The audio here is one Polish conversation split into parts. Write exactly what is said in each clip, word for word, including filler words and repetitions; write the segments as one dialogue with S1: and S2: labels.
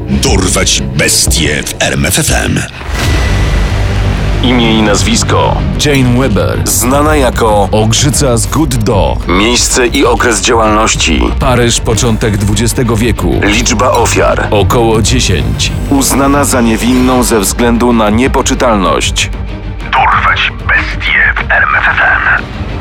S1: Dorwać bestie w R M F F M.
S2: Imię i nazwisko:
S3: Jane Weber,
S2: znana jako
S3: Ogrzyca z Good Dog.
S2: Miejsce i okres działalności:
S3: Paryż, początek dwudziestego wieku.
S2: Liczba ofiar:
S3: Około dziesięć.
S2: Uznana za niewinną ze względu na niepoczytalność.
S1: Dorwać bestie w R M F F M.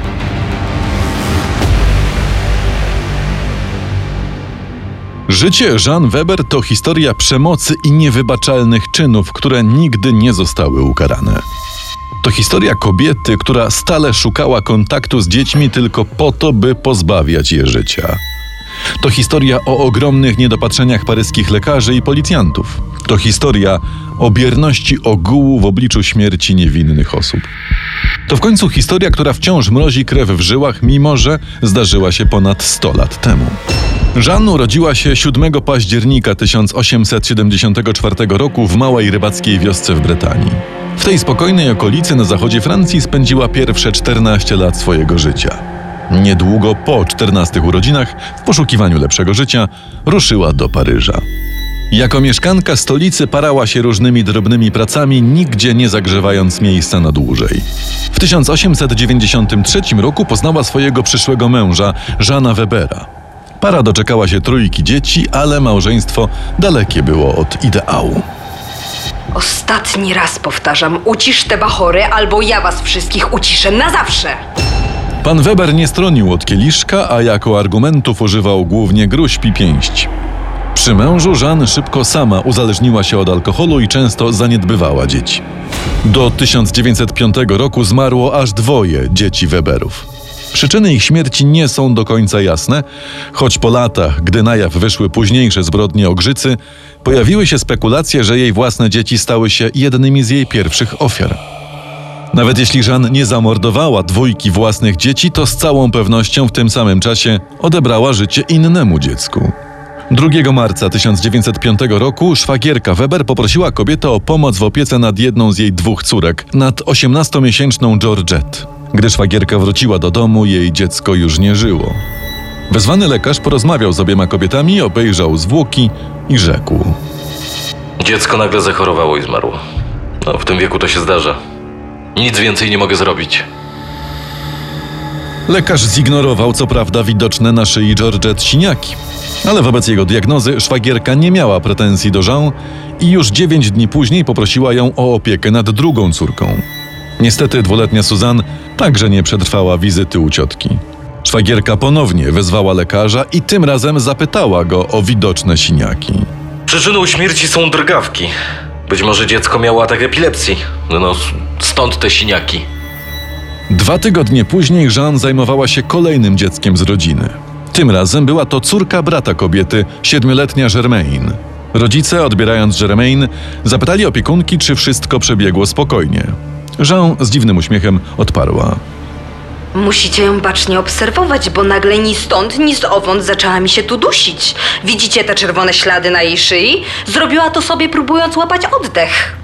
S4: Życie Jeanne Weber to historia przemocy i niewybaczalnych czynów, które nigdy nie zostały ukarane. To historia kobiety, która stale szukała kontaktu z dziećmi tylko po to, by pozbawiać je życia. To historia o ogromnych niedopatrzeniach paryskich lekarzy i policjantów. To historia o bierności ogółu w obliczu śmierci niewinnych osób. To w końcu historia, która wciąż mrozi krew w żyłach, mimo że zdarzyła się ponad sto lat temu. Jeanne urodziła się siódmego października tysiąc osiemset siedemdziesiątego czwartego roku w małej rybackiej wiosce w Brytanii. W tej spokojnej okolicy na zachodzie Francji spędziła pierwsze czternaście lat swojego życia. Niedługo po czternastych urodzinach, w poszukiwaniu lepszego życia, ruszyła do Paryża. Jako mieszkanka stolicy parała się różnymi drobnymi pracami, nigdzie nie zagrzewając miejsca na dłużej. W tysiąc osiemset dziewięćdziesiątym trzecim roku poznała swojego przyszłego męża, Jeana Webera. Para doczekała się trójki dzieci, ale małżeństwo dalekie było od ideału.
S5: Ostatni raz powtarzam, ucisz te bachory, albo ja was wszystkich uciszę na zawsze!
S4: Pan Weber nie stronił od kieliszka, a jako argumentów używał głównie gróźb i pięści. Przy mężu Jeanne szybko sama uzależniła się od alkoholu i często zaniedbywała dzieci. Do tysiąc dziewięćset piątego roku zmarło aż dwoje dzieci Weberów. Przyczyny ich śmierci nie są do końca jasne, choć po latach, gdy na jaw wyszły późniejsze zbrodnie Ogrzycy, pojawiły się spekulacje, że jej własne dzieci stały się jednymi z jej pierwszych ofiar. Nawet jeśli Jeanne nie zamordowała dwójki własnych dzieci, to z całą pewnością w tym samym czasie odebrała życie innemu dziecku. drugiego marca tysiąc dziewięćset piątego roku szwagierka Weber poprosiła kobietę o pomoc w opiece nad jedną z jej dwóch córek, nad osiemnastomiesięczną Georgette. Gdy szwagierka wróciła do domu, jej dziecko już nie żyło. Wezwany lekarz porozmawiał z obiema kobietami, obejrzał zwłoki i rzekł:
S6: Dziecko nagle zachorowało i zmarło. No, w tym wieku to się zdarza. Nic więcej nie mogę zrobić.
S4: Lekarz zignorował co prawda widoczne na szyi Georgette siniaki, ale wobec jego diagnozy szwagierka nie miała pretensji do Jeanne i już dziewięć dni później poprosiła ją o opiekę nad drugą córką. Niestety dwuletnia Suzanne także nie przetrwała wizyty u ciotki. Szwagierka ponownie wezwała lekarza i tym razem zapytała go o widoczne siniaki.
S6: Przyczyną śmierci są drgawki. Być może dziecko miało atak epilepsji. No, no stąd te siniaki.
S4: Dwa tygodnie później Jeanne zajmowała się kolejnym dzieckiem z rodziny. Tym razem była to córka brata kobiety, siedmioletnia Germaine. Rodzice, odbierając Germaine, zapytali opiekunki, czy wszystko przebiegło spokojnie. Jeanne z dziwnym uśmiechem odparła:
S5: Musicie ją bacznie obserwować, bo nagle ni stąd, ni zowąd zaczęła mi się tu dusić. Widzicie te czerwone ślady na jej szyi? Zrobiła to sobie, próbując łapać oddech.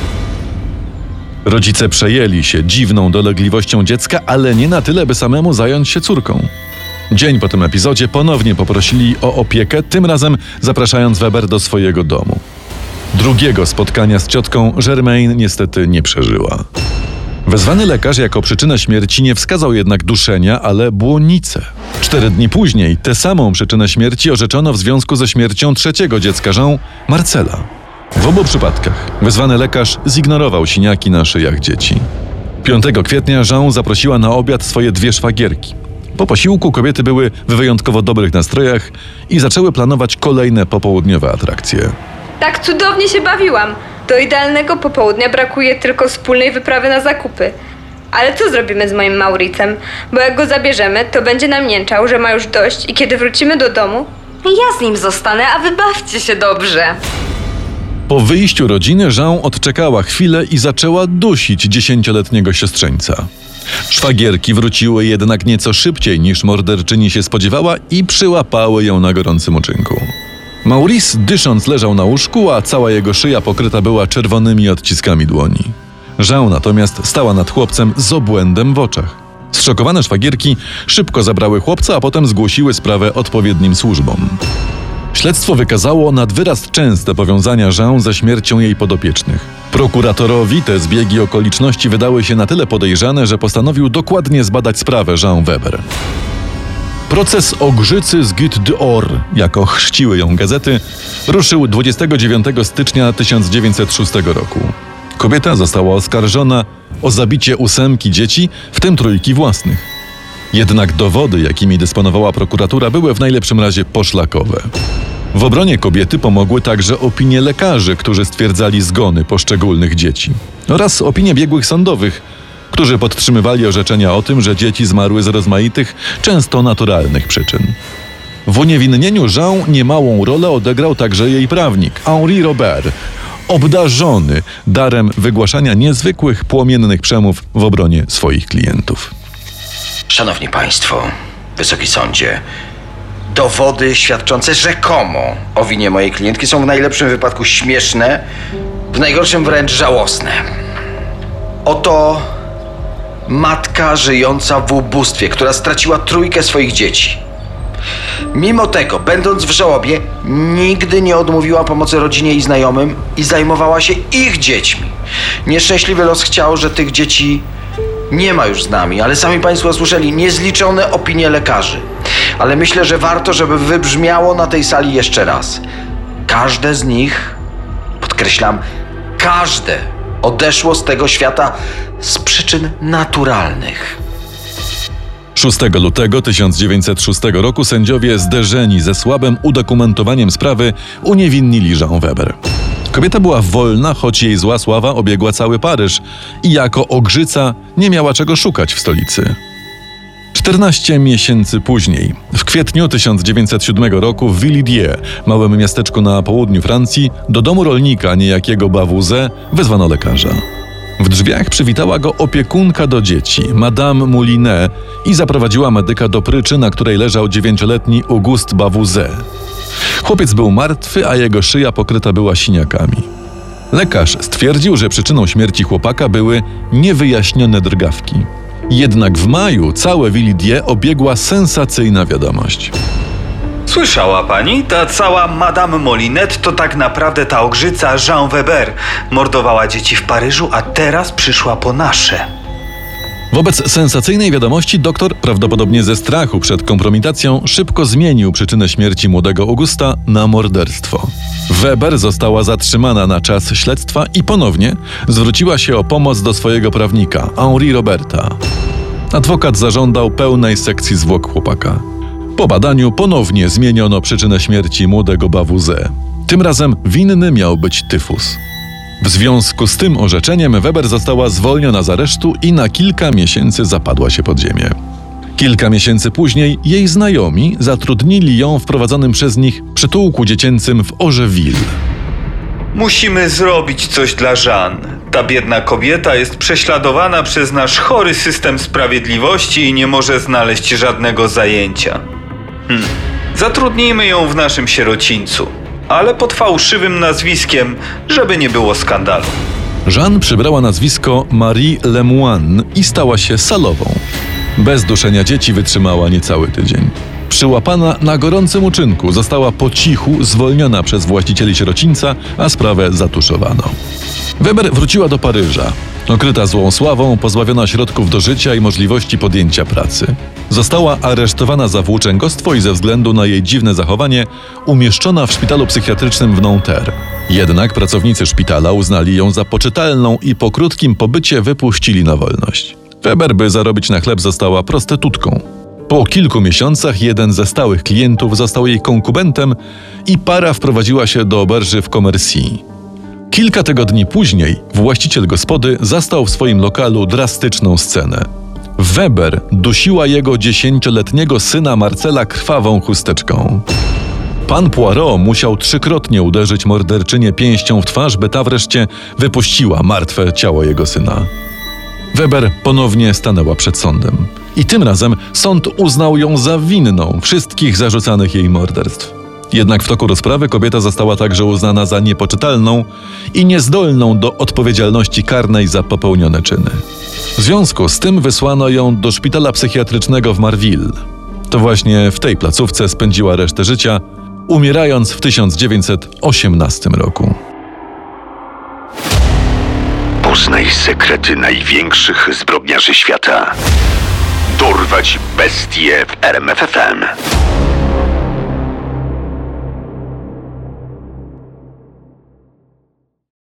S4: Rodzice przejęli się dziwną dolegliwością dziecka, ale nie na tyle, by samemu zająć się córką. Dzień po tym epizodzie ponownie poprosili o opiekę, tym razem zapraszając Weber do swojego domu. Drugiego spotkania z ciotką Germaine niestety nie przeżyła. Wezwany lekarz jako przyczynę śmierci nie wskazał jednak duszenia, ale błonicę. Cztery dni później tę samą przyczynę śmierci orzeczono w związku ze śmiercią trzeciego dziecka Jeanne, Marcela. W obu przypadkach wezwany lekarz zignorował siniaki na szyjach dzieci. piątego kwietnia Jeanne zaprosiła na obiad swoje dwie szwagierki. Po posiłku kobiety były w wyjątkowo dobrych nastrojach i zaczęły planować kolejne popołudniowe atrakcje.
S7: Tak cudownie się bawiłam. Do idealnego popołudnia brakuje tylko wspólnej wyprawy na zakupy. Ale co zrobimy z moim Mauricem? Bo jak go zabierzemy, to będzie nam jęczał, że ma już dość i kiedy wrócimy do domu...
S5: Ja z nim zostanę, a wy bawcie się dobrze.
S4: Po wyjściu rodziny Jeanne odczekała chwilę i zaczęła dusić dziesięcioletniego siostrzeńca. Szwagierki wróciły jednak nieco szybciej niż morderczyni się spodziewała i przyłapały ją na gorącym uczynku. Maurice dysząc leżał na łóżku, a cała jego szyja pokryta była czerwonymi odciskami dłoni. Jeanne natomiast stała nad chłopcem z obłędem w oczach. Zszokowane szwagierki szybko zabrały chłopca, a potem zgłosiły sprawę odpowiednim służbom. Śledztwo wykazało nad wyraz częste powiązania Jean ze śmiercią jej podopiecznych. Prokuratorowi te zbiegi okoliczności wydały się na tyle podejrzane, że postanowił dokładnie zbadać sprawę Jean Weber. Proces Ogrzycy z Goutte d'Or, jak ochrzciły ją gazety, ruszył dwudziestego dziewiątego stycznia tysiąc dziewięćset szóstego roku. Kobieta została oskarżona o zabicie ósemki dzieci, w tym trójki własnych. Jednak dowody, jakimi dysponowała prokuratura, były w najlepszym razie poszlakowe. W obronie kobiety pomogły także opinie lekarzy, którzy stwierdzali zgony poszczególnych dzieci, oraz opinie biegłych sądowych, którzy podtrzymywali orzeczenia o tym, że dzieci zmarły z rozmaitych, często naturalnych przyczyn. W uniewinnieniu Jean niemałą rolę odegrał także jej prawnik, Henri Robert, obdarzony darem wygłaszania niezwykłych, płomiennych przemów w obronie swoich klientów.
S8: Szanowni Państwo, Wysoki Sądzie, dowody świadczące rzekomo o winie mojej klientki są w najlepszym wypadku śmieszne, w najgorszym wręcz żałosne. Oto matka żyjąca w ubóstwie, która straciła trójkę swoich dzieci. Mimo tego, będąc w żałobie, nigdy nie odmówiła pomocy rodzinie i znajomym i zajmowała się ich dziećmi. Nieszczęśliwy los chciał, że tych dzieci nie ma już z nami, ale sami Państwo słyszeli niezliczone opinie lekarzy. Ale myślę, że warto, żeby wybrzmiało na tej sali jeszcze raz. Każde z nich, podkreślam, każde odeszło z tego świata z przyczyn naturalnych.
S4: szóstego lutego tysiąc dziewięćset szóstego roku sędziowie, zderzeni ze słabym udokumentowaniem sprawy, uniewinnili Jean Weber. Kobieta była wolna, choć jej zła sława obiegła cały Paryż i jako Ogrzyca nie miała czego szukać w stolicy. czternaście miesięcy później, w kwietniu tysiąc dziewięćset siódmego roku w Villiers, małym miasteczku na południu Francji, do domu rolnika niejakiego Bavouzet wezwano lekarza. W drzwiach przywitała go opiekunka do dzieci, Madame Moulinet, i zaprowadziła medyka do pryczy, na której leżał dziewięcioletni Auguste Bavouzet. Chłopiec był martwy, a jego szyja pokryta była siniakami. Lekarz stwierdził, że przyczyną śmierci chłopaka były niewyjaśnione drgawki. Jednak w maju całe Villiers obiegła sensacyjna wiadomość.
S9: Słyszała pani? Ta cała Madame Moulinet to tak naprawdę ta Ogrzyca Jean Weber. Mordowała dzieci w Paryżu, a teraz przyszła po nasze.
S4: Wobec sensacyjnej wiadomości doktor, prawdopodobnie ze strachu przed kompromitacją, szybko zmienił przyczynę śmierci młodego Augusta na morderstwo. Weber została zatrzymana na czas śledztwa i ponownie zwróciła się o pomoc do swojego prawnika, Henri Roberta. Adwokat zażądał pełnej sekcji zwłok chłopaka. Po badaniu ponownie zmieniono przyczynę śmierci młodego Bavouzet. Tym razem winny miał być tyfus. W związku z tym orzeczeniem Weber została zwolniona z aresztu i na kilka miesięcy zapadła się pod ziemię. Kilka miesięcy później jej znajomi zatrudnili ją w prowadzonym przez nich przytułku dziecięcym w Orgeville.
S9: Musimy zrobić coś dla Jeanne. Ta biedna kobieta jest prześladowana przez nasz chory system sprawiedliwości i nie może znaleźć żadnego zajęcia. Hmm. Zatrudnijmy ją w naszym sierocińcu, ale pod fałszywym nazwiskiem, żeby nie było skandalu.
S4: Jeanne przybrała nazwisko Marie Lemoine i stała się salową. Bez duszenia dzieci wytrzymała niecały tydzień. Przyłapana na gorącym uczynku, została po cichu zwolniona przez właścicieli sierocińca, a sprawę zatuszowano. Weber wróciła do Paryża. Okryta złą sławą, pozbawiona środków do życia i możliwości podjęcia pracy. Została aresztowana za włóczęgostwo i ze względu na jej dziwne zachowanie umieszczona w szpitalu psychiatrycznym w Nanterre. Jednak pracownicy szpitala uznali ją za poczytalną i po krótkim pobycie wypuścili na wolność. Weber, by zarobić na chleb, została prostytutką. Po kilku miesiącach jeden ze stałych klientów został jej konkubentem i para wprowadziła się do oberży w Commercy. Kilka tygodni później właściciel gospody zastał w swoim lokalu drastyczną scenę. Weber dusiła jego dziesięcioletniego syna Marcela krwawą chusteczką. Pan Poirot musiał trzykrotnie uderzyć morderczynię pięścią w twarz, by ta wreszcie wypuściła martwe ciało jego syna. Weber ponownie stanęła przed sądem. I tym razem sąd uznał ją za winną wszystkich zarzucanych jej morderstw. Jednak w toku rozprawy kobieta została także uznana za niepoczytalną i niezdolną do odpowiedzialności karnej za popełnione czyny. W związku z tym wysłano ją do szpitala psychiatrycznego w Marville. To właśnie w tej placówce spędziła resztę życia, umierając w tysiąc dziewięćset osiemnastym roku.
S1: Poznaj sekrety największych zbrodniarzy świata. Dorwać bestie w R M F F M.